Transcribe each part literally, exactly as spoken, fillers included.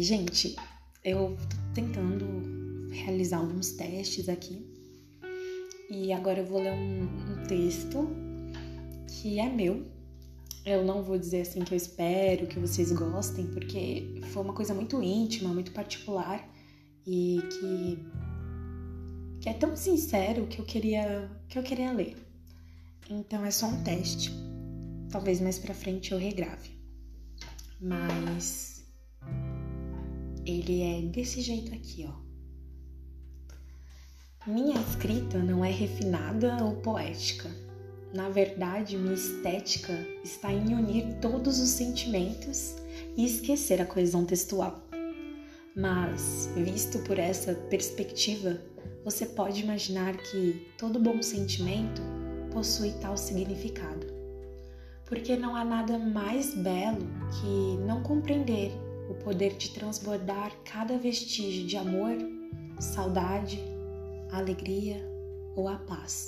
gente, eu tô tentando realizar alguns testes aqui e agora eu vou ler um, um texto que é meu. Eu não vou dizer assim que eu espero que vocês gostem, porque foi uma coisa muito íntima, muito particular e que, que é tão sincero que eu queria, que eu queria ler. Então é só um teste. Talvez mais pra frente eu regrave. Mas ele é desse jeito aqui, ó. Minha escrita não é refinada ou poética. Na verdade, minha estética está em unir todos os sentimentos e esquecer a coesão textual. Mas, visto por essa perspectiva, você pode imaginar que todo bom sentimento possui tal significado. Porque não há nada mais belo que não compreender o poder de transbordar cada vestígio de amor, saudade, alegria ou a paz.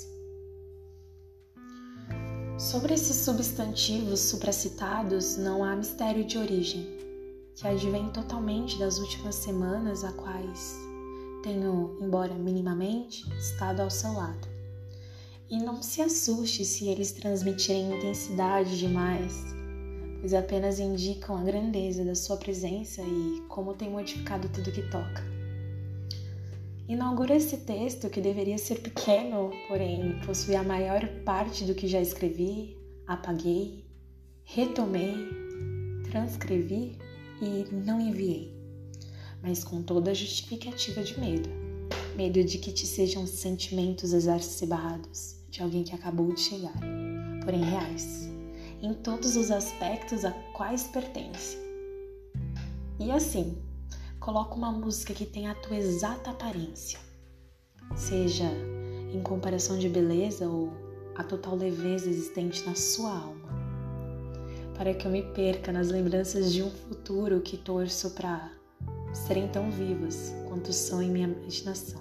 Sobre esses substantivos supracitados não há mistério de origem, que advém totalmente das últimas semanas a quais tenho, embora minimamente, estado ao seu lado. E não se assuste se eles transmitirem intensidade demais, pois apenas indicam a grandeza da sua presença e como tem modificado tudo que toca. Inauguro esse texto que deveria ser pequeno, porém possui a maior parte do que já escrevi, apaguei, retomei, transcrevi e não enviei, mas com toda a justificativa de medo. Medo de que te sejam sentimentos exacerbados de alguém que acabou de chegar, porém reais, em todos os aspectos a quais pertence. E assim, coloco uma música que tem a tua exata aparência, seja em comparação de beleza ou a total leveza existente na sua alma, para que eu me perca nas lembranças de um futuro que torço para serem tão vivas quanto são em minha imaginação.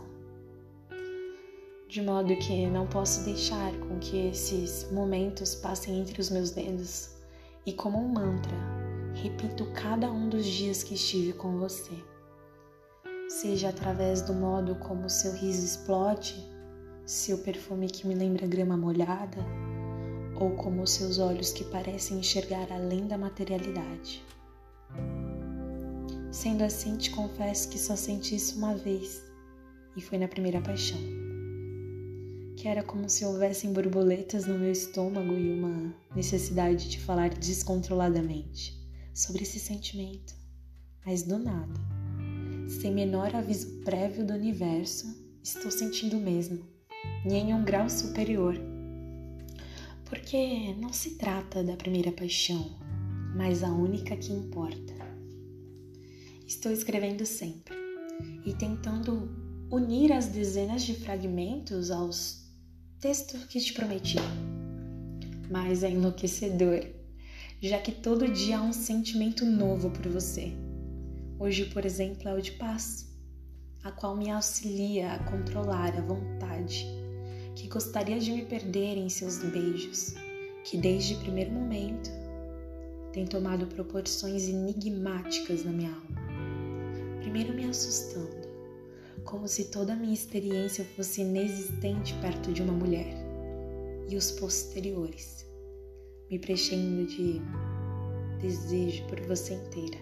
De modo que não posso deixar com que esses momentos passem entre os meus dedos e, como um mantra, repito cada um dos dias que estive com você. Seja através do modo como seu riso explode, seu perfume que me lembra grama molhada, ou como seus olhos que parecem enxergar além da materialidade. Sendo assim, te confesso que só senti isso uma vez, e foi na primeira paixão. Que era como se houvessem borboletas no meu estômago e uma necessidade de falar descontroladamente sobre esse sentimento, mas do nada, sem menor aviso prévio do universo, estou sentindo o mesmo, e em um grau superior. Porque não se trata da primeira paixão, mas a única que importa. Estou escrevendo sempre e tentando unir as dezenas de fragmentos aos textos que te prometi. Mas é enlouquecedor, já que todo dia há um sentimento novo por você. Hoje, por exemplo, é o de paz, a qual me auxilia a controlar a vontade, que gostaria de me perder em seus beijos, que desde o primeiro momento tem tomado proporções enigmáticas na minha alma. Primeiro me assustando, como se toda a minha experiência fosse inexistente perto de uma mulher, e os posteriores, me preenchendo de desejo por você inteira.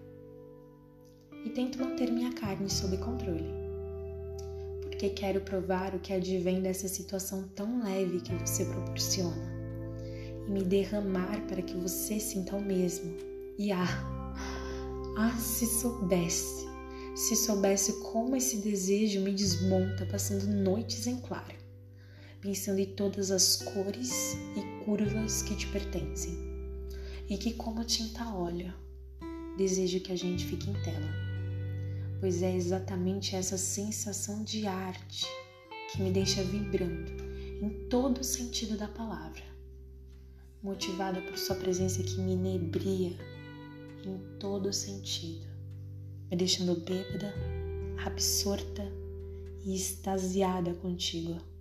E tento manter minha carne sob controle, porque quero provar o que advém dessa situação tão leve que você proporciona, e me derramar para que você sinta o mesmo. E ah, ah, se soubesse, se soubesse como esse desejo me desmonta passando noites em claro, pensando em todas as cores e curvas que te pertencem, e que como tinta óleo, desejo que a gente fique em tela, pois é exatamente essa sensação de arte que me deixa vibrando em todo o sentido da palavra, motivada por sua presença que me inebria em todo o sentido, me deixando bêbada, absorta e extasiada contigo.